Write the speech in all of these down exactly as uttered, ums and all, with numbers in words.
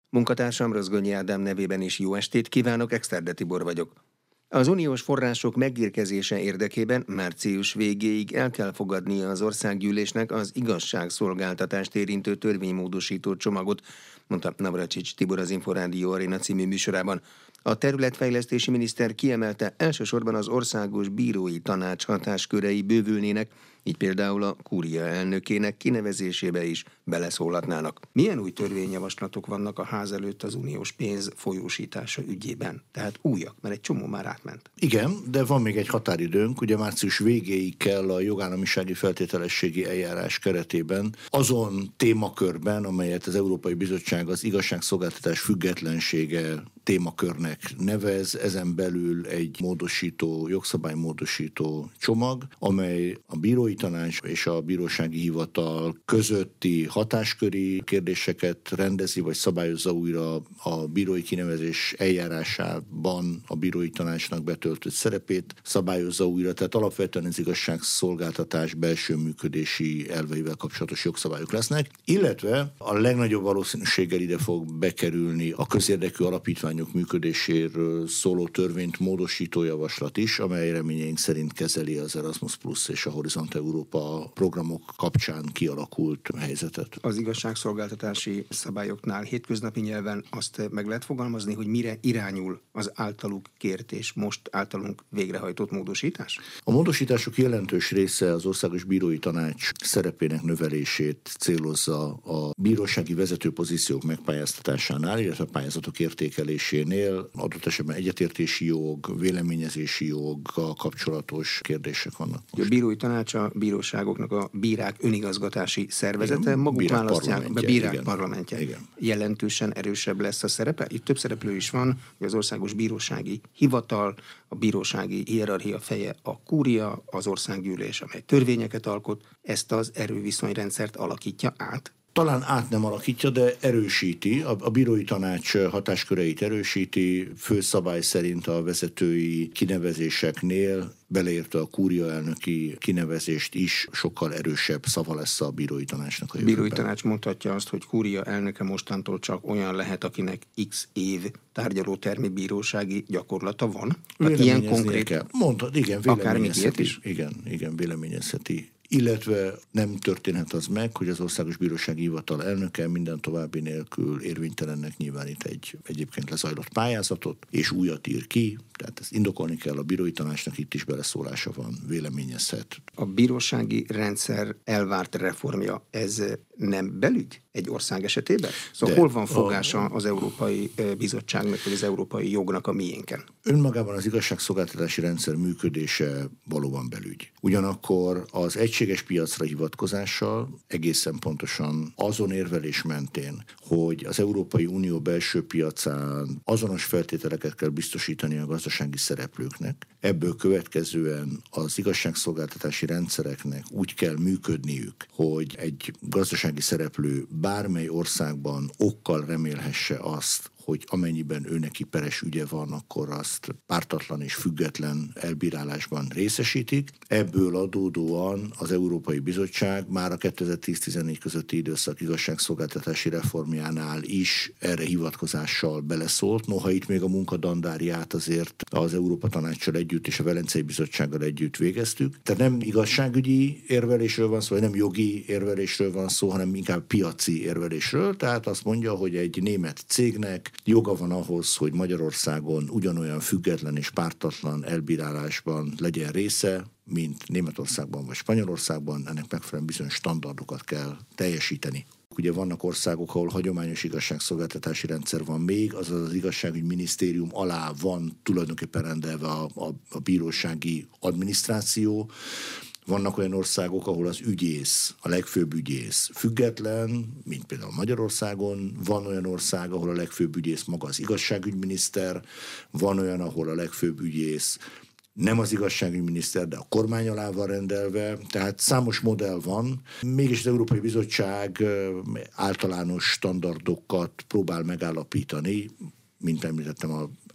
Munkatársam Rozgonyi Ádám nevében is jó estét kívánok, Exterde Tibor vagyok. Az uniós források megérkezése érdekében március végéig el kell fogadnia az országgyűlésnek az igazságszolgáltatást érintő törvénymódosító csomagot, mondta Navracsics Tibor az Inforádió Aréna című műsorában. A területfejlesztési miniszter kiemelte, elsősorban az Országos Bírói Tanács hatáskörei bővülnének, így például a kúria elnökének kinevezésébe is beleszólhatnának. Milyen új törvényjavaslatok vannak a ház előtt az uniós pénz folyósítása ügyében? Tehát újak, mert egy csomó már átment. Igen, de van még egy határidőnk, ugye március végéig kell a jogállamisági feltételességi eljárás keretében azon témakörben, amelyet az Európai Bizottság az igazságszolgáltatás függetlensége témakörnek nevez, ezen belül egy módosító, jogszabálymódosító csomag, amely a bírói tanács és a bírósági hivatal közötti hatásköri kérdéseket rendezi, vagy szabályozza újra a bírói kinevezés eljárásában a bírói tanácsnak betöltött szerepét, szabályozza újra, tehát alapvetően az igazságszolgáltatás belső működési elveivel kapcsolatos jogszabályok lesznek, illetve a legnagyobb valószínűséggel ide fog bekerülni a közérdekű alapítványok működéséről szóló törvényt módosító javaslat is, amely reményeink szerint kezeli az Erasmus Plus és a Horizont Európa programok kapcsán kialakult helyzetet. Az igazságszolgáltatási szabályoknál hétköznapi nyelven azt meg lehet fogalmazni, hogy mire irányul az általuk kért és most általunk végrehajtott módosítás? A módosítások jelentős része az Országos Bírói Tanács szerepének növelését célozza a bírósági vezető pozíciók megpályáztatásánál, illetve a pályázatok értékelésénél. Adott esetben egyetértési jog, véleményezési joggal kapcsolatos kérdések vannak most. A Bírói Tanács a bíróságoknak a bírák önigazgatási szervezete, igen, maguk bírák választják a bírák igen. parlamentje. Igen. Jelentősen erősebb lesz a szerepe? Itt több szereplő is van, hogy az Országos Bírósági Hivatal, a bírósági hierarchia feje a kúria, az országgyűlés, amely törvényeket alkot, ezt az erőviszonyrendszert alakítja át. Talán át nem alakítja, de erősíti, a, a bírói tanács hatásköreit erősíti, főszabály szerint a vezetői kinevezéseknél, beleértve a kúria elnöki kinevezést is, sokkal erősebb szava lesz a bírói tanácsnak a jövőben. A bírói tanács mondhatja azt, hogy kúria elnöke mostantól csak olyan lehet, akinek x év tárgyalótermi bírósági gyakorlata van. Ilyen konkrét. Kell. Mondhat, igen, véleményezheti. Is. Igen, igen, véleményezheti. Illetve nem történhet az meg, hogy az Országos Bírósági Hivatal elnöke minden további nélkül érvénytelennek nyilvánít egy egyébként lezajlott pályázatot, és újat ír ki, tehát ezt indokolni kell a bírói tanácsnak, itt is beleszólása van, véleményezhet. A bírósági rendszer elvárt reformja, ez nem belügy egy ország esetében? Szóval De hol van fogása a, az Európai Bizottságnak, vagy az európai jognak a miénken? Önmagában az igazságszolgáltatási rendszer működése valóban belügy. Ugyanakkor az egységes piacra hivatkozással egészen pontosan azon érvelés mentén, hogy az Európai Unió belső piacán azonos feltételeket kell biztosítani a gazdasági szereplőknek, ebből következően az igazságszolgáltatási rendszereknek úgy kell működniük, hogy egy gazdasági szereplő bármely országban okkal remélhesse azt, hogy amennyiben őneki peres ügye van, akkor azt pártatlan és független elbírálásban részesítik. Ebből adódóan az Európai Bizottság már a kétezer-tíz-tizennégy közötti időszak igazságszolgáltatási reformjánál is erre hivatkozással beleszólt. Noha itt még a munkadandárját azért az Európa Tanácssal együtt és a Velencei Bizottsággal együtt végeztük. Tehát nem igazságügyi érvelésről van szó, vagy nem jogi érvelésről van szó, hanem inkább piaci érvelésről. Tehát azt mondja, hogy egy német cégnek joga van ahhoz, hogy Magyarországon ugyanolyan független és pártatlan elbírálásban legyen része, mint Németországban vagy Spanyolországban, ennek megfelelően bizonyos standardokat kell teljesíteni. Ugye vannak országok, ahol hagyományos igazságszolgáltatási rendszer van még, azaz az igazságügyminisztérium alá van tulajdonképpen rendelve a, a, a bírósági adminisztráció. Vannak olyan országok, ahol az ügyész, a legfőbb ügyész független, mint például Magyarországon. Van olyan ország, ahol a legfőbb ügyész maga az igazságügyminiszter. Van olyan, ahol a legfőbb ügyész nem az igazságügyminiszter, de a kormány alá van rendelve. Tehát számos modell van. Mégis az Európai Bizottság általános standardokat próbál megállapítani, mint említettem, a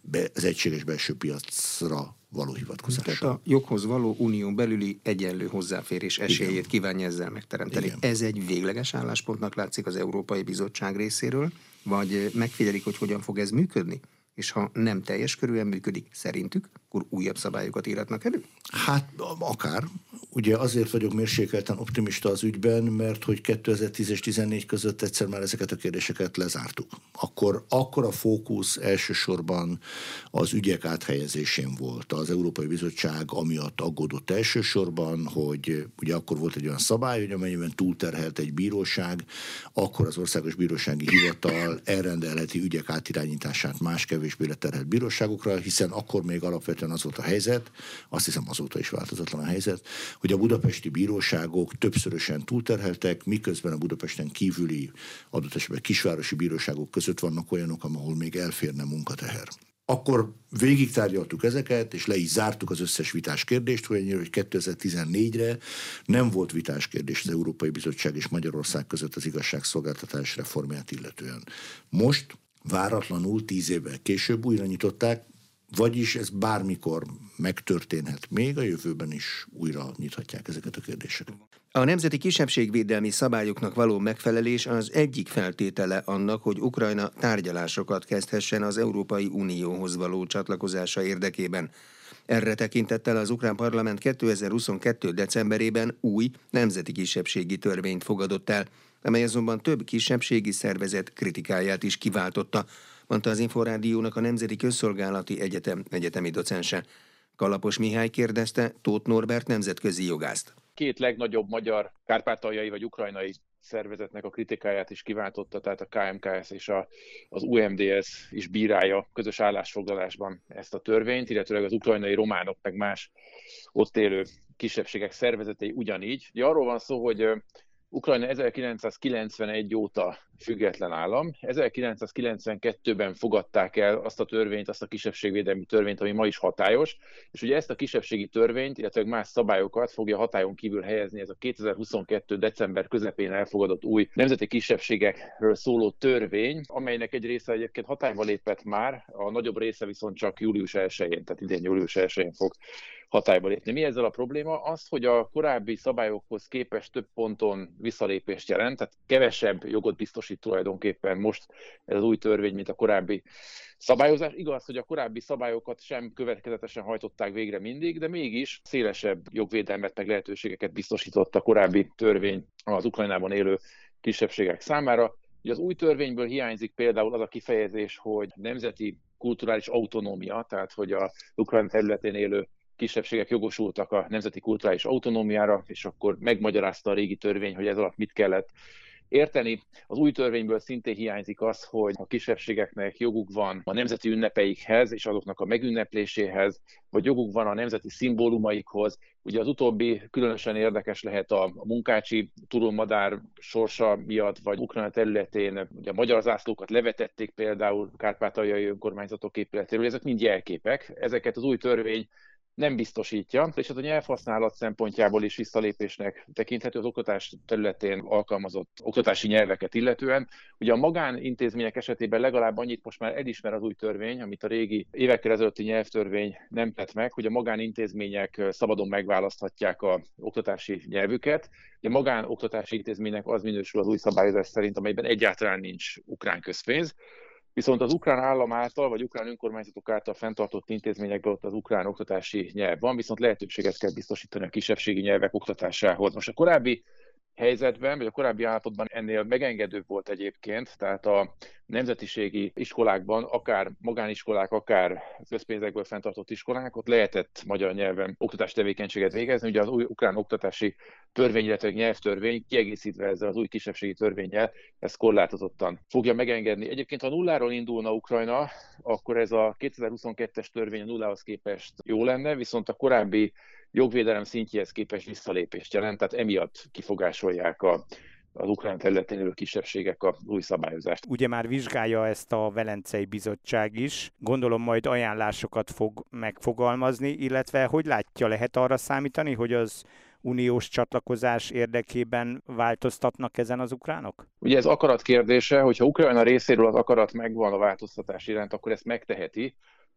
az egységes belső piacra való hivatkozással. Tehát a joghoz való unión belüli egyenlő hozzáférés esélyét Igen. kívánja ezzel megteremteni. Igen. Ez egy végleges álláspontnak látszik az Európai Bizottság részéről, vagy megfigyelik, hogy hogyan fog ez működni? És ha nem teljes körűen működik szerintük, akkor újabb szabályokat írhatnak elő? Hát akár. Ugye azért vagyok mérsékelten optimista az ügyben, mert hogy kétezer-tíz és tizennégy között egyszer már ezeket a kérdéseket lezártuk. Akkor, akkor a fókusz elsősorban az ügyek áthelyezésén volt. Az Európai Bizottság amiatt aggódott elsősorban, hogy ugye akkor volt egy olyan szabály, hogy amennyiben túlterhelt egy bíróság, akkor az Országos Bírósági Hivatal elrendelheti ügyek átirányítását más kevésbé leterhelt bíróságokra, hiszen akkor még alapvetően az volt a helyzet, azt hiszem azóta is változatlan a helyzet, hogy a budapesti bíróságok többszörösen túlterheltek, miközben a Budapesten kívüli, adott esetben kisvárosi bíróságok között vannak olyanok, ahol még elférne munkateher. Akkor végig tárgyaltuk ezeket, és le is zártuk az összes vitás kérdést, hogy kétezer-tizennégyre nem volt vitás kérdés az Európai Bizottság és Magyarország között az igazságszolgáltatás reformját illetően. Most váratlanul tíz évvel később újra nyitották, vagyis ez bármikor megtörténhet még, a jövőben is újra nyithatják ezeket a kérdéseket. A nemzeti kisebbségvédelmi szabályoknak való megfelelés az egyik feltétele annak, hogy Ukrajna tárgyalásokat kezdhessen az Európai Unióhoz való csatlakozása érdekében. Erre tekintettel az ukrán parlament kétezer-huszonkettő. decemberében új nemzeti kisebbségi törvényt fogadott el, amely azonban több kisebbségi szervezet kritikáját is kiváltotta, mondta az Inforádiónak a Nemzeti Közszolgálati Egyetem egyetemi docense. Kalapos Mihály kérdezte Tóth Norbert nemzetközi jogászt. Két legnagyobb magyar kárpátaljai vagy ukrajnai szervezetnek a kritikáját is kiváltotta, tehát a ká em ká es és a, az u em dé es is bírálja közös állásfoglalásban ezt a törvényt, illetőleg az ukrajnai románok meg más ott élő kisebbségek szervezetei ugyanígy. Ugye arról van szó, hogy Ukrajna ezerkilencszázkilencvenegy óta független állam. ezerkilencszázkilencvenkettőben fogadták el azt a törvényt, azt a kisebbségvédelmi törvényt, ami ma is hatályos, és ugye ezt a kisebbségi törvényt, illetve más szabályokat fogja hatályon kívül helyezni ez a kétezer-huszonkettő. december közepén elfogadott új nemzeti kisebbségekről szóló törvény, amelynek egy része egyébként hatályba lépett már, a nagyobb része viszont csak július elsején, tehát idén július elsején fog hatályba lépni. Mi ezzel a probléma? Az, hogy a korábbi szabályokhoz képest több ponton visszalépést jelent, tehát kevesebb jogot biztosít tulajdonképpen most ez az új törvény, mint a korábbi szabályozás. Igaz, hogy a korábbi szabályokat sem következetesen hajtották végre mindig, de mégis szélesebb jogvédelmet meg lehetőségeket biztosított a korábbi törvény az Ukrajnában élő kisebbségek számára. Ugye az új törvényből hiányzik például az a kifejezés, hogy nemzeti kulturális autonómia, tehát hogy az Ukrajna területén élő kisebbségek jogosultak a nemzeti kulturális autonómiára, és akkor megmagyarázta a régi törvény, hogy ez alatt mit kellett érteni. Az új törvényből szintén hiányzik az, hogy a kisebbségeknek joguk van a nemzeti ünnepeikhez és azoknak a megünnepléséhez, vagy joguk van a nemzeti szimbólumaikhoz. Ugye az utóbbi különösen érdekes lehet a munkácsi turulmadár sorsa miatt, vagy Ukrajna területén ugye a magyar zászlókat levetették például kárpátaljai önkormányzatok épületéről. Ezek mind jelképek. Ezeket az új törvény nem biztosítja, és ez a nyelvhasználat szempontjából is visszalépésnek tekinthető az oktatás területén alkalmazott oktatási nyelveket illetően. Ugye a magánintézmények esetében legalább annyit most már elismer az új törvény, amit a régi évekkel ezelőtti nyelvtörvény nem tett meg, hogy a magánintézmények szabadon megválaszthatják az oktatási nyelvüket. A magánoktatási intézménynek az minősül az új szabályozás szerint, amelyben egyáltalán nincs ukrán közpénz. Viszont az ukrán állam által, vagy ukrán önkormányzatok által fenntartott intézményekben ott az ukrán oktatási nyelv van, viszont lehetőséget kell biztosítani a kisebbségi nyelvek oktatásához. Most a korábbi helyzetben, vagy a korábbi állapotban ennél megengedőbb volt egyébként, tehát a nemzetiségi iskolákban, akár magániskolák, akár közpénzekből fenntartott iskolák, ott lehetett magyar nyelven oktatási tevékenységet végezni. Ugye az új ukrán oktatási törvény, illetve nyelvtörvény kiegészítve ezzel az új kisebbségi törvénnyel, ezt korlátozottan fogja megengedni. Egyébként, ha nulláról indulna Ukrajna, akkor ez a kétezer-huszonkettes törvény a nullához képest jó lenne, viszont a korábbi jogvédelem szintjéhez képest visszalépést jelent, tehát emiatt kifogásolják a, az ukrán területén élő kisebbségek az új szabályozást. Ugye már vizsgálja ezt a Velencei Bizottság is, gondolom majd ajánlásokat fog megfogalmazni, illetve hogy látja, lehet arra számítani, hogy az uniós csatlakozás érdekében változtatnak ezen az ukránok? Ugye ez akarat kérdése, hogyha Ukrajna részéről az akarat megvan a változtatás iránt, akkor ezt megteheti.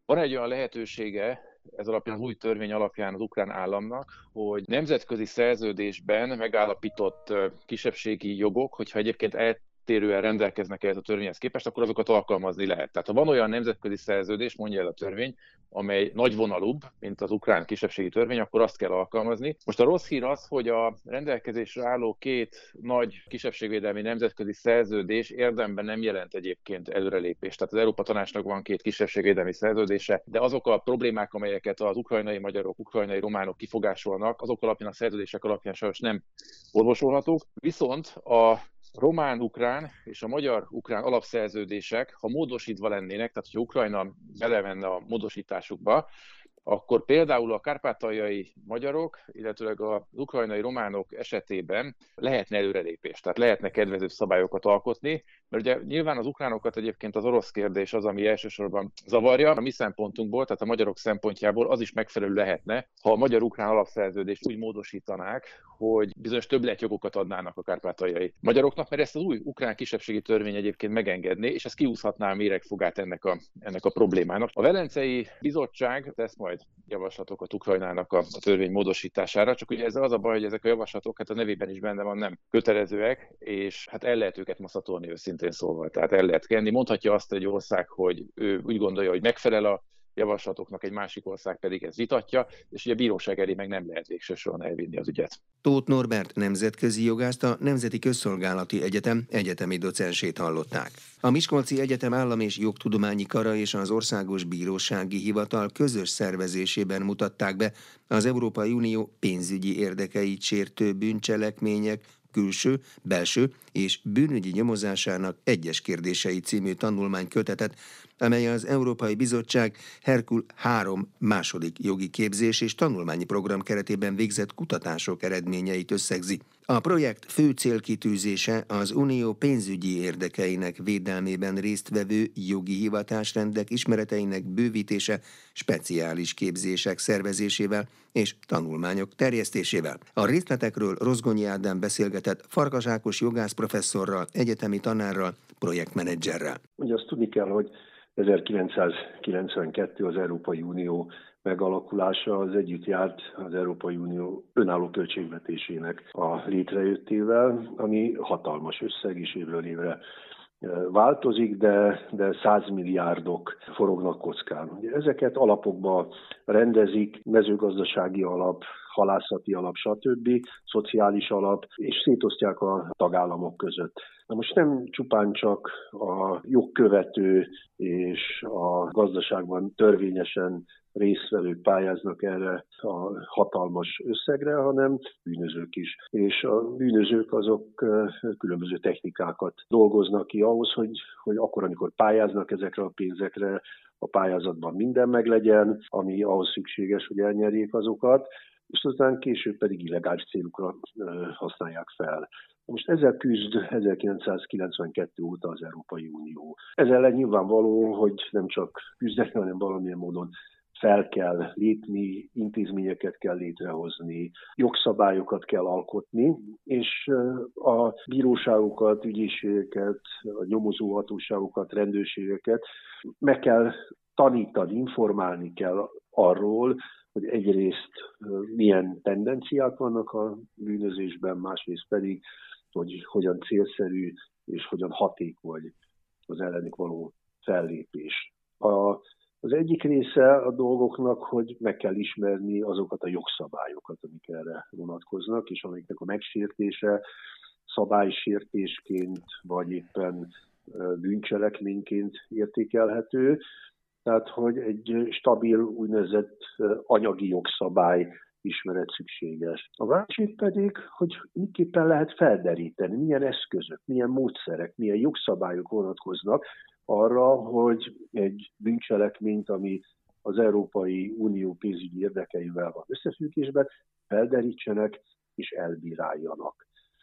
Van egy olyan lehetősége, ez alapján az új törvény alapján az ukrán államnak, hogy nemzetközi szerződésben megállapított kisebbségi jogok, hogyha egyébként eltérően rendelkeznek ehhez a törvényhez képest, akkor azokat alkalmazni lehet. Tehát ha van olyan nemzetközi szerződés, mondja el a törvény, amely nagyvonalúbb, mint az ukrán kisebbségi törvény, akkor azt kell alkalmazni. Most a rossz hír az, hogy a rendelkezésre álló két nagy kisebbségvédelmi nemzetközi szerződés érdemben nem jelent egyébként előrelépést. Tehát az Európa Tanácsnak van két kisebbségvédelmi szerződése, de azok a problémák, amelyeket az ukrajnai magyarok, ukrajnai románok kifogásolnak, azok alapján a szerződések alapján sajnos nem orvosolhatók. Viszont a román-ukrán és a magyar-ukrán alapszerződések, ha módosítva lennének, tehát hogyha Ukrajna belevenne a módosításukba, akkor például a kárpátaljai magyarok, illetőleg az ukrajnai románok esetében lehetne előrelépés, tehát lehetne kedvező szabályokat alkotni, mert ugye nyilván az ukránokat egyébként az orosz kérdés az, ami elsősorban zavarja. A mi szempontunkból, tehát a magyarok szempontjából az is megfelelő lehetne, ha a magyar-ukrán alapszerződést úgy módosítanák, hogy bizonyos többletjogokat adnának a kárpátaljai magyaroknak, mert ezt az új ukrán kisebbségi törvény egyébként megengedné, és ez kiúszhatná a méregfogát ennek a, ennek a problémának. A Velencei Bizottság tesz majd javaslatokat Ukrajnának a, a törvény módosítására, csak ugye ezzel az a baj, hogy ezek a javaslatok, hát a nevében is benne van, nem kötelezőek, és hát el lehet őket maszatolni őszintén szólva, tehát el lehet kenni. Mondhatja azt egy ország, hogy ő úgy gondolja, hogy megfelel a javaslatoknak, egy másik ország pedig ezt vitatja, és ugye a bíróság elé meg nem lehet végső soron elvinni az ügyet. Tóth Norbert nemzetközi jogászt, a Nemzeti Közszolgálati Egyetem egyetemi docensét hallották. A Miskolci Egyetem Állam- és Jogtudományi Kara és az Országos Bírósági Hivatal közös szervezésében mutatták be az Európai Unió pénzügyi érdekeit sértő bűncselekmények külső, belső és bűnügyi nyomozásának egyes kérdései című tanulmánykötetet, amely az Európai Bizottság Herkul három második jogi képzés és tanulmányi program keretében végzett kutatások eredményeit összegzi. A projekt fő célkitűzése az unió pénzügyi érdekeinek védelmében résztvevő jogi hivatásrendek ismereteinek bővítése speciális képzések szervezésével és tanulmányok terjesztésével. A részletekről Rozgonyi Ádám beszélgetett Farkas Ákos jogász professzorral, egyetemi tanárral, projektmenedzserrel. Ugye azt tudni kell, hogy ezerkilencszázkilencvenkettő az Európai Unió megalakulása az együtt járt az Európai Unió önálló költségvetésének a létrejöttével, ami hatalmas összeg is évről évre változik, de, de százmilliárdok forognak kockán. Ugye ezeket alapokba rendezik, mezőgazdasági alap, halászati alap, stb., szociális alap, és szétosztják a tagállamok között. Na most nem csupán csak a jogkövető és a gazdaságban törvényesen résztvevők pályáznak erre a hatalmas összegre, hanem bűnözők is. És a bűnözők azok különböző technikákat dolgoznak ki ahhoz, hogy, hogy akkor, amikor pályáznak ezekre a pénzekre, a pályázatban minden meglegyen, ami ahhoz szükséges, hogy elnyerjék azokat, és aztán később pedig illegális célukra használják fel. Most ezzel küzd ezerkilencszázkilencvenkettő óta az Európai Unió. Ez ellen nyilvánvaló, hogy nem csak küzdeni, hanem valamilyen módon fel kell lépni, intézményeket kell létrehozni, jogszabályokat kell alkotni, és a bíróságokat, ügyészségeket, a nyomozóhatóságokat, rendőrségeket meg kell tanítani, informálni kell arról, hogy egyrészt milyen tendenciák vannak a bűnözésben, másrészt pedig, hogy hogyan célszerű és hogyan hatékony az ellenük való fellépés. A Az egyik része a dolgoknak, hogy meg kell ismerni azokat a jogszabályokat, amik erre vonatkoznak, és amiknek a megsértése szabálysértésként, vagy éppen bűncselekményként értékelhető. Tehát, hogy egy stabil, úgynevezett anyagi jogszabály ismeret szükséges. A másik pedig, hogy miképpen lehet felderíteni, milyen eszközök, milyen módszerek, milyen jogszabályok vonatkoznak arra, hogy egy bűncselekményt, ami az Európai Unió pénzügyi érdekeivel van összefüggésben, felderítsenek és elbíráljanak.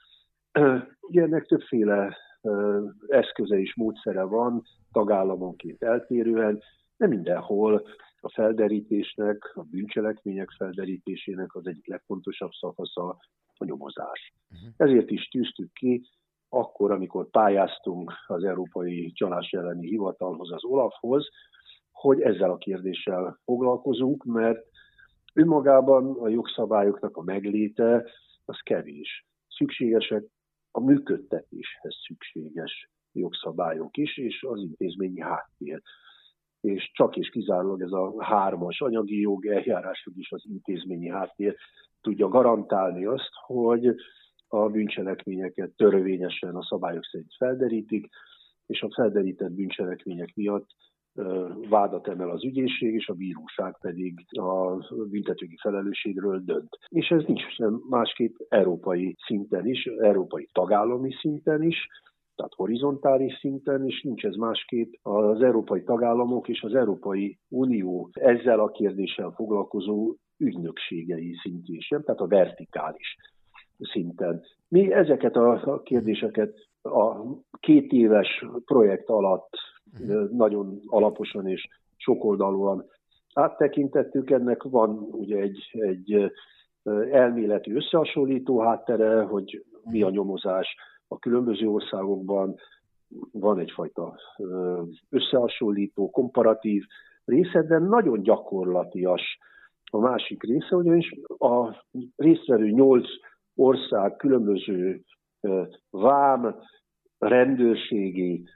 Ugye ennek többféle eszköze és módszere van, tagállamonként eltérően, de mindenhol a felderítésnek, a bűncselekmények felderítésének az egyik legfontosabb szakasza a nyomozás. Uh-huh. Ezért is tűztük ki, akkor, amikor pályáztunk az Európai Csalás elleni Hivatalhoz, az olafhoz, hogy ezzel a kérdéssel foglalkozunk, mert önmagában a jogszabályoknak a megléte az kevés. Szükségesek a működtetéshez szükséges jogszabályok is, és az intézményi háttér. És csak és kizárólag ez a hármas anyagi jog, eljárásjog és az intézményi háttér tudja garantálni azt, hogy a bűncselekményeket törvényesen a szabályok szerint felderítik, és a felderített bűncselekmények miatt vádat emel az ügyészség, és a bíróság pedig a büntetőjogi felelősségről dönt. És ez nincs másképp európai szinten is, európai tagállami szinten is, tehát horizontális szinten, és nincs ez másképp az európai tagállamok és az Európai Unió ezzel a kérdéssel foglalkozó ügynökségei szintén sem, tehát a vertikális szinten. Mi ezeket a kérdéseket a két éves projekt alatt nagyon alaposan és sokoldalúan áttekintettük. Ennek van ugye egy, egy elméleti összehasonlító háttere, hogy mi a nyomozás a különböző országokban, van egyfajta összehasonlító, komparatív része, de nagyon gyakorlatias a másik része, ugyanis a résztvevő nyolc ország különböző vám, rendőrségi,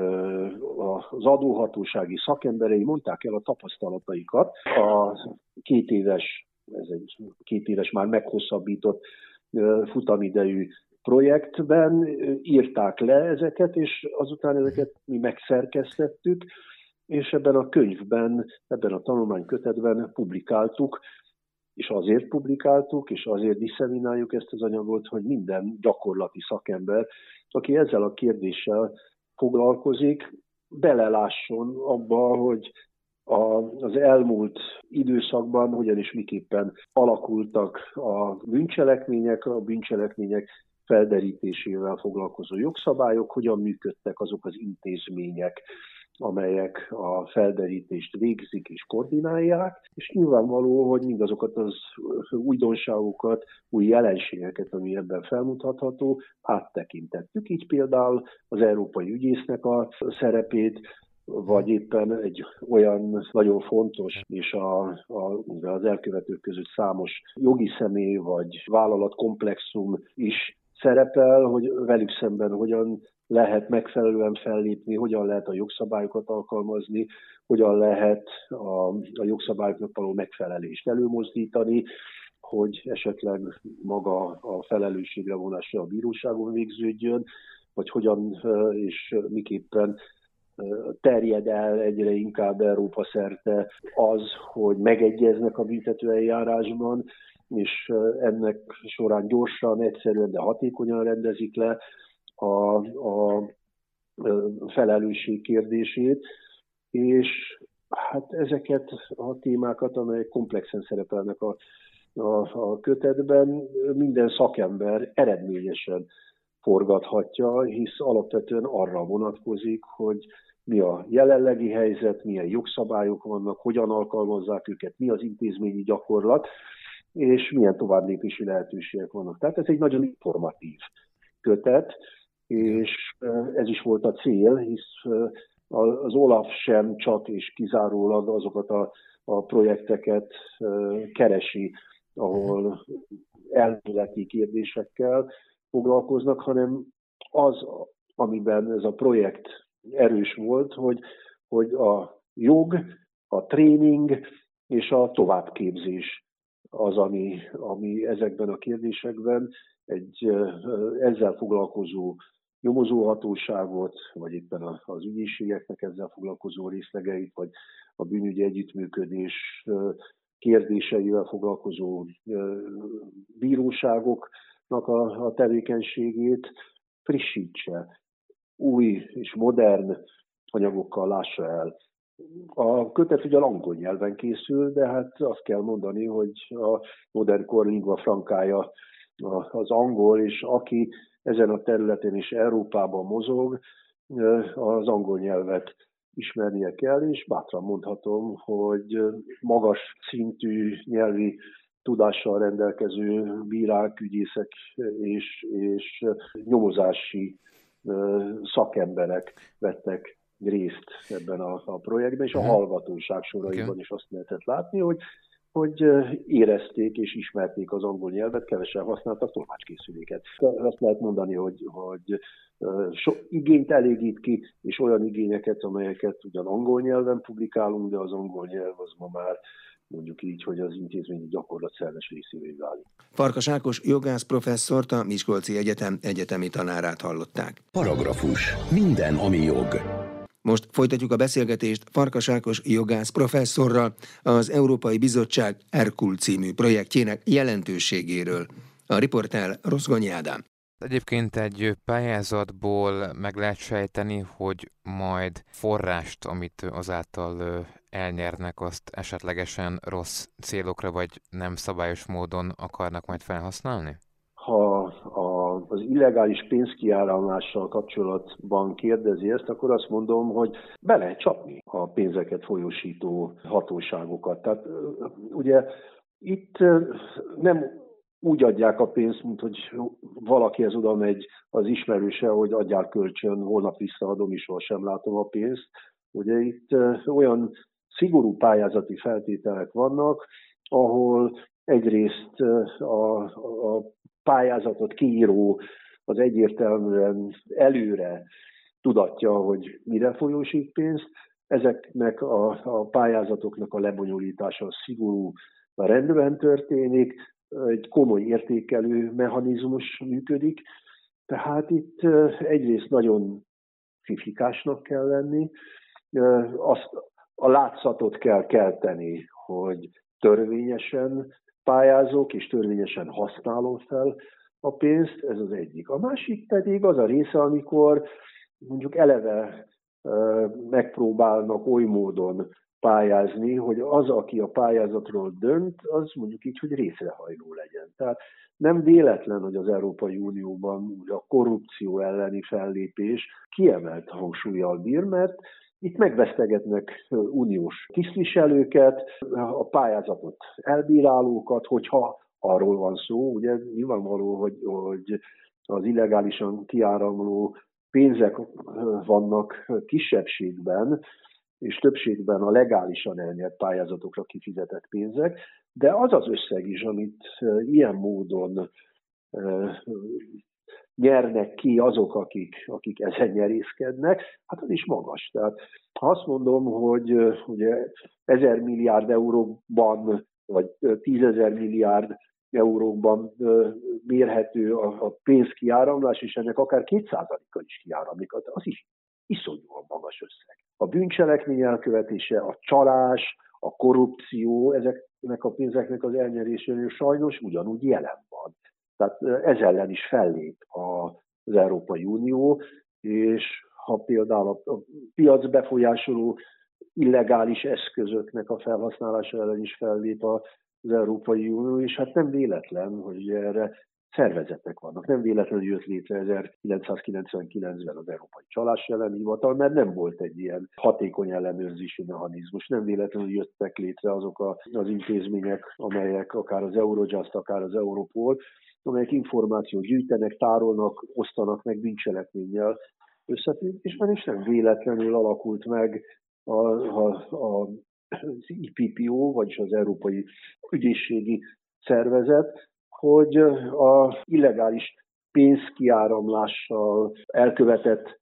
az adóhatósági szakemberei mondták el a tapasztalataikat a két éves, ez egy két éves már meghosszabbított futamidejű projektben, írták le ezeket, és azután ezeket mi megszerkesztettük, és ebben a könyvben, ebben a tanulmánykötetben publikáltuk, és azért publikáltuk, és azért diszemináljuk ezt az anyagot, hogy minden gyakorlati szakember, aki ezzel a kérdéssel foglalkozik, belelásson abba, hogy a, az elmúlt időszakban hogyan és miképpen alakultak a bűncselekmények, a bűncselekmények felderítésével foglalkozó jogszabályok, hogyan működtek azok az intézmények, amelyek a felderítést végzik és koordinálják, és nyilvánvaló, hogy mindazokat az újdonságokat, új jelenségeket, ami ebben felmutatható, áttekintettük. Így például az európai ügyésznek a szerepét, vagy éppen egy olyan nagyon fontos, és a, a, az elkövetők között számos jogi személy vagy vállalatkomplexum is szerepel, hogy velük szemben hogyan lehet megfelelően fellépni, hogyan lehet a jogszabályokat alkalmazni, hogyan lehet a, a jogszabályoknak való megfelelést előmozdítani, hogy esetleg maga a felelősségre vonása a bíróságon végződjön, vagy hogyan és miképpen terjed el egyre inkább Európa szerte az, hogy megegyeznek a büntetőeljárásban, és ennek során gyorsan, egyszerűen, de hatékonyan rendezik le a, a felelősség kérdését, és hát ezeket a témákat, amelyek komplexen szerepelnek a, a, a kötetben, minden szakember eredményesen forgathatja, hisz alapvetően arra vonatkozik, hogy mi a jelenlegi helyzet, milyen jogszabályok vannak, hogyan alkalmazzák őket, mi az intézményi gyakorlat, és milyen továbblépési lehetőségek vannak. Tehát ez egy nagyon informatív kötet, és ez is volt a cél, hisz az OLAF sem csak és kizárólag azokat a, a projekteket keresi, ahol elméleti kérdésekkel foglalkoznak, hanem az, amiben ez a projekt erős volt, hogy, hogy a jog, a tréning és a továbbképzés az, ami, ami ezekben a kérdésekben egy ezzel foglalkozó nyomozóhatóságot, vagy éppen az ügyészségeknek ezzel foglalkozó részlegeit, vagy a bűnügyi együttműködés kérdéseivel foglalkozó bíróságoknak a, a tevékenységét frissítse, új és modern anyagokkal lássa el. A kötet ugye angol nyelven készül, de hát azt kell mondani, hogy a modern kor lingua frankája az angol, és aki ezen a területen is Európában mozog, az angol nyelvet ismernie kell, és bátran mondhatom, hogy magas szintű nyelvi tudással rendelkező bírák, ügyészek és, és nyomozási szakemberek vettek részt ebben a, a projektben, és a hallgatóság soraiban is azt lehetett látni, hogy hogy érezték és ismerték az angol nyelvet, kevesen használtak tolmácskészüléket. Azt lehet mondani, hogy, hogy so, igényt elégít ki, és olyan igényeket, amelyeket ugyan angol nyelven publikálunk, de az angol nyelv az ma már mondjuk így, hogy az intézményi gyakorlat szerves részévé válik. Farkas Ákos jogász professzort, a Miskolci Egyetem egyetemi tanárát hallották. Paragrafus. Minden, ami jog. Most folytatjuk a beszélgetést Farkas Ákos jogász professzorral az Európai Bizottság Hercule című projektjének jelentőségéről. A riporter Rozgonyi Ádám. Egyébként egy pályázatból meg lehet sejteni, hogy majd forrást, amit azáltal elnyernek, azt esetlegesen rossz célokra vagy nem szabályos módon akarnak majd felhasználni? Ha a, az illegális pénzkiáramlással kapcsolatban kérdezi ezt, akkor azt mondom, hogy be lehet csapni a pénzeket folyósító hatóságokat. Tehát ugye itt nem úgy adják a pénzt, mint hogy valakihez oda megy az ismerőse, hogy adjál kölcsön, holnap visszaadom, és sohasem látom a pénzt. Ugye itt olyan szigorú pályázati feltételek vannak, ahol egyrészt a, a pályázatot kiíró az egyértelműen előre tudatja, hogy mire folyósít pénzt. Ezeknek a, a pályázatoknak a lebonyolítása szigorú rendben történik, egy komoly értékelő mechanizmus működik, tehát itt egyrészt nagyon fifikásnak kell lenni, azt a látszatot kell kelteni, hogy törvényesen pályázok és törvényesen használom fel a pénzt, ez az egyik. A másik pedig az a része, amikor mondjuk eleve megpróbálnak oly módon pályázni, hogy az, aki a pályázatról dönt, az mondjuk így, hogy részrehajló legyen. Tehát nem véletlen, hogy az Európai Unióban a korrupció elleni fellépés kiemelt hangsúllyal bír, mert itt megvesztegetnek uniós tisztviselőket, a pályázatot elbírálókat, hogyha arról van szó, ugye nyilvánvaló, hogy, hogy az illegálisan kiáramló pénzek vannak kisebbségben, és többségben a legálisan elnyert pályázatokra kifizetett pénzek, de az az összeg is, amit ilyen módon nyernek ki azok, akik, akik ezen nyerészkednek, hát az is magas. Tehát ha azt mondom, hogy ugye ezer milliárd euróban, vagy tízezer milliárd eurókban mérhető a, a pénzkiáramlás, és ennek akár két százalékkal is kiáramlik, az is iszonyúan magas összeg. A bűncselekmény elkövetése, a csalás, a korrupció, ezeknek a pénzeknek az elnyerésénél sajnos ugyanúgy jelen van. Tehát ez ellen is fellép az Európai Unió, és ha például a piac befolyásoló illegális eszközöknek a felhasználása ellen is fellép az Európai Unió, és hát nem véletlen, hogy erre szervezetek vannak. Nem véletlenül jött létre ezerkilencszázkilencvenkilencben az Európai Csalás elleni hivatal, mert nem volt egy ilyen hatékony ellenőrzési mechanizmus. Nem véletlenül jöttek létre azok a, az intézmények, amelyek akár az Eurojust, akár az Europol, amelyek információt gyűjtenek, tárolnak, osztanak meg bűncselekménnyel összefüggésben, és nem véletlenül alakult meg a, a, a, az I P P O, vagyis az Európai Ügyészségi Szervezet, hogy az illegális pénzkiáramlással elkövetett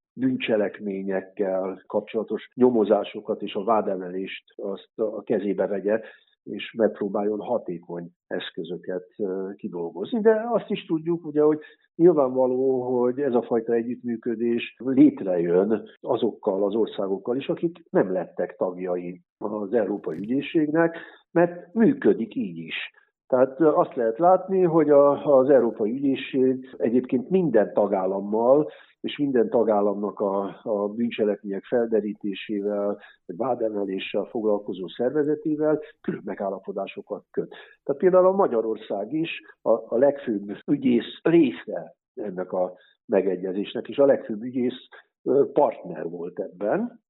bűncselekményekkel kapcsolatos nyomozásokat és a vádemelést azt a kezébe vegye, és megpróbáljon hatékony eszközöket kidolgozni. De azt is tudjuk, ugye, hogy nyilvánvaló, hogy ez a fajta együttműködés létrejön azokkal az országokkal is, akik nem lettek tagjai az Európai Ügyészségnek, mert működik így is. Tehát azt lehet látni, hogy a, az Európai Ügyészség egyébként minden tagállammal, és minden tagállamnak a, a bűncselekmények felderítésével, vagy vádemeléssel foglalkozó szervezetével külön megállapodásokat köt. Tehát például a Magyarország is a, a legfőbb ügyész része ennek a megegyezésnek, és a legfőbb ügyész partner volt ebben.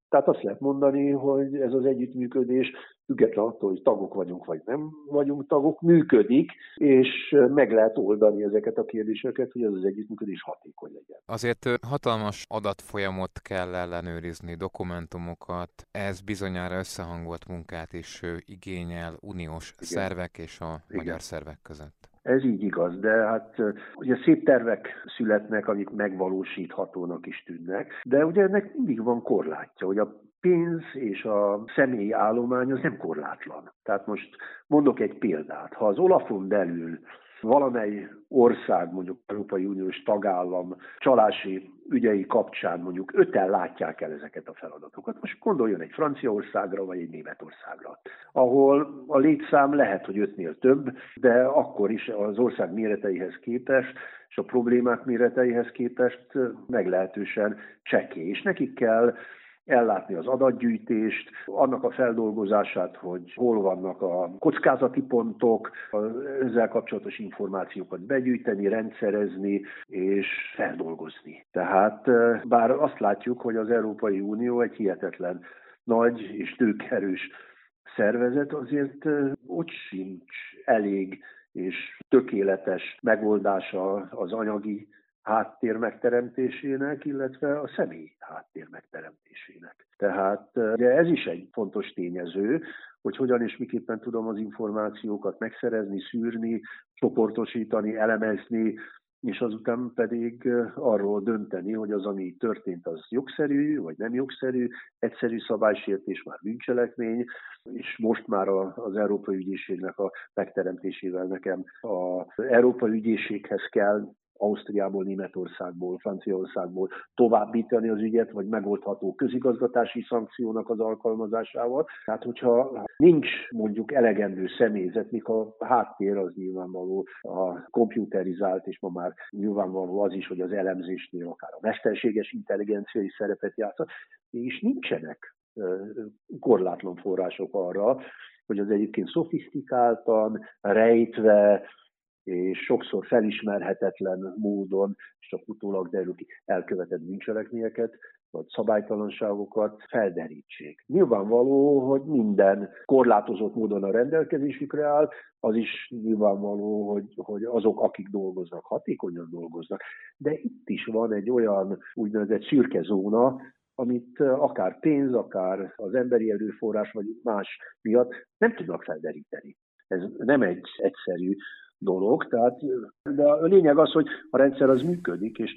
Tehát azt lehet mondani, hogy ez az együttműködés független attól, hogy tagok vagyunk, vagy nem vagyunk tagok, működik, és meg lehet oldani ezeket a kérdéseket, hogy ez az együttműködés hatékony legyen. Azért hatalmas adatfolyamot kell ellenőrizni, dokumentumokat, ez bizonyára összehangolt munkát is igényel uniós Igen. szervek és a Igen. magyar szervek között. Ez így igaz, de hát ugye szép tervek születnek, amik megvalósíthatónak is tűnnek, de ugye ennek mindig van korlátja, hogy a pénz és a személyi állomány az nem korlátlan. Tehát most mondok egy példát. Ha az Olafon belül valamely ország, mondjuk Európai Uniós tagállam csalási ügyei kapcsán mondjuk öten látják el ezeket a feladatokat. Most gondoljon egy Franciaországra vagy egy Németországra, ahol a létszám lehet, hogy ötnél több, de akkor is az ország méreteihez képest és a problémák méreteihez képest meglehetősen csekély. És nekik kell ellátni az adatgyűjtést, annak a feldolgozását, hogy hol vannak a kockázati pontok, ezzel kapcsolatos információkat begyűjteni, rendszerezni és feldolgozni. Tehát bár azt látjuk, hogy az Európai Unió egy hihetetlen nagy és tőkerős szervezet, azért ott sincs elég és tökéletes megoldása az anyagi háttér megteremtésének, illetve a személy háttér megteremtésének. Tehát ugye ez is egy fontos tényező, hogy hogyan és miképpen tudom az információkat megszerezni, szűrni, csoportosítani, elemezni, és azután pedig arról dönteni, hogy az, ami történt, az jogszerű, vagy nem jogszerű, egyszerű szabálysértés, már bűncselekmény, és most már az Európai Ügyészségnek a megteremtésével nekem az Európai Ügyészséghez kell Ausztriából, Németországból, Franciaországból továbbítani az ügyet, vagy megoldható közigazgatási szankciónak az alkalmazásával. Tehát, hogyha nincs mondjuk elegendő személyzet, míg a háttér az nyilvánvaló a komputerizált, és ma már nyilvánvaló az is, hogy az elemzésnél akár a mesterséges intelligenciai szerepet játszik, és nincsenek korlátlan források arra, hogy az egyébként szofisztikáltan, rejtve, és sokszor felismerhetetlen módon, és csak utólag derül ki, elkövetett bűncselekményeket, vagy szabálytalanságokat felderítsék. Nyilvánvaló, hogy minden korlátozott módon a rendelkezésükre áll, az is nyilvánvaló, hogy, hogy azok, akik dolgoznak, hatékonyan dolgoznak. De itt is van egy olyan úgynevezett szürke zóna, amit akár pénz, akár az emberi erőforrás, vagy más miatt nem tudnak felderíteni. Ez nem egy egyszerű dolog, tehát, de a lényeg az, hogy a rendszer az működik, és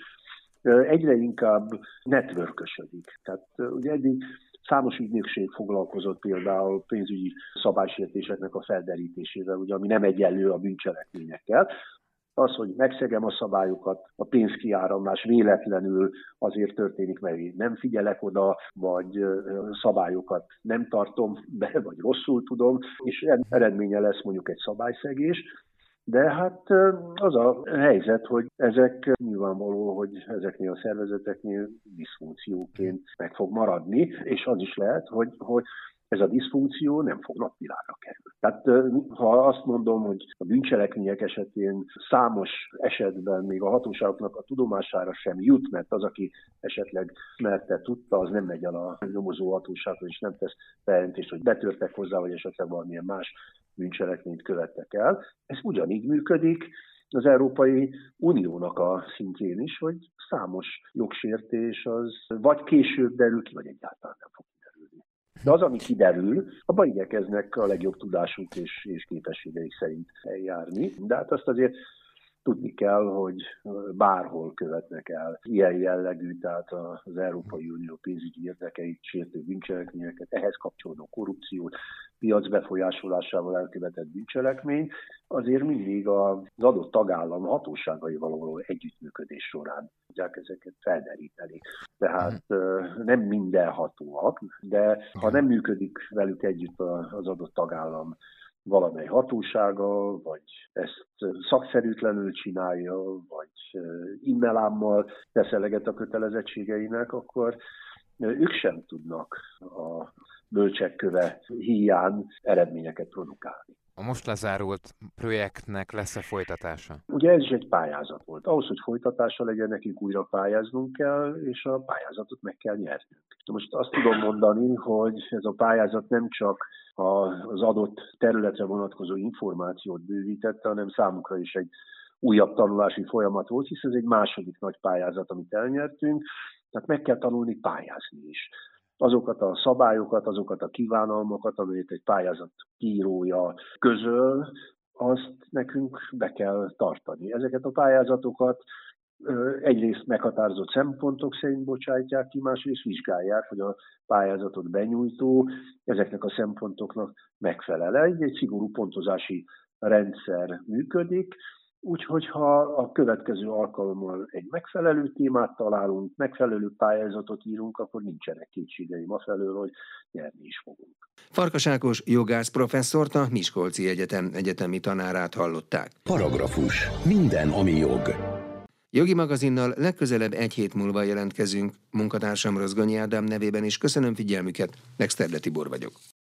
egyre inkább networkösödik. Tehát ugye eddig számos ügynökség foglalkozott például pénzügyi szabálysértéseknek a felderítésével, ugye, ami nem egyenlő a bűncselekményekkel. Az, hogy megszegem a szabályokat, a pénzkiáramlás véletlenül azért történik, mert én nem figyelek oda, vagy szabályokat nem tartom be, vagy rosszul tudom, és eredménye lesz mondjuk egy szabályszegés. De hát az a helyzet, hogy ezek nyilvánvaló, hogy ezeknél a szervezeteknél diszfunkcióként meg fog maradni, és az is lehet, hogy, hogy ez a diszfunkció nem fog napvilágra kerülni. Tehát ha azt mondom, hogy a bűncselekmények esetén számos esetben még a hatóságoknak a tudomására sem jut, mert az, aki esetleg ismerte, tudta, az nem megy el a nyomozó hatósághoz, és nem tesz bejelentést, hogy betörtek hozzá, vagy esetleg valamilyen más bűncselekményt követtek el. Ez ugyanígy működik az Európai Uniónak a szintjén is, hogy számos jogsértés az vagy később derül ki, vagy egyáltalán nem fog kiderülni. De az, ami kiderül, abban igyekeznek a legjobb tudásuk és, és képességeik szerint eljárni. De hát azt azért tudni kell, hogy bárhol követnek el ilyen jellegű, tehát az Európai Unió pénzügyi érdekeit sértő bűncselekményeket, ehhez kapcsolódó korrupciót, piac befolyásolásával elkövetett bűncselekmény, azért mindig az adott tagállam hatóságaival való együttműködés során tudják ezeket felderíteni. Tehát nem mindenhatóak, de ha nem működik velük együtt az adott tagállam valamely hatósága, vagy ezt szakszerűtlenül csinálja, vagy immelámmal tesz eleget a kötelezettségeinek, akkor ők sem tudnak a bölcsek köve híján eredményeket produkálni. A most lezárult projektnek lesz-e folytatása? Ugye ez is egy pályázat volt. Ahhoz, hogy folytatása legyen, nekünk újra pályáznunk kell, és a pályázatot meg kell nyernünk. Most azt tudom mondani, hogy ez a pályázat nem csak az adott területre vonatkozó információt bővítette, hanem számukra is egy újabb tanulási folyamat volt, hisz ez egy második nagy pályázat, amit elnyertünk, tehát meg kell tanulni pályázni is. Azokat a szabályokat, azokat a kívánalmakat, amelyet egy pályázat írója közöl, azt nekünk be kell tartani. Ezeket a pályázatokat egyrészt meghatározott szempontok szerint bocsájtják ki, másrészt vizsgálják, hogy a pályázatot benyújtó ezeknek a szempontoknak megfelel. Egy, egy szigorú pontozási rendszer működik, úgyhogy ha a következő alkalommal egy megfelelő témát találunk, megfelelő pályázatot írunk, akkor nincsenek kétségeim afelől, hogy nyerni is fogunk. Farkas Ákos jogász professzort, a Miskolci Egyetem egyetemi tanárát hallották. Paragrafus. Minden, ami jog. Jogi magazinnal legközelebb egy hét múlva jelentkezünk. Munkatársam Rozgonyi Ádám nevében is köszönöm figyelmüket, Exterde Tibor vagyok.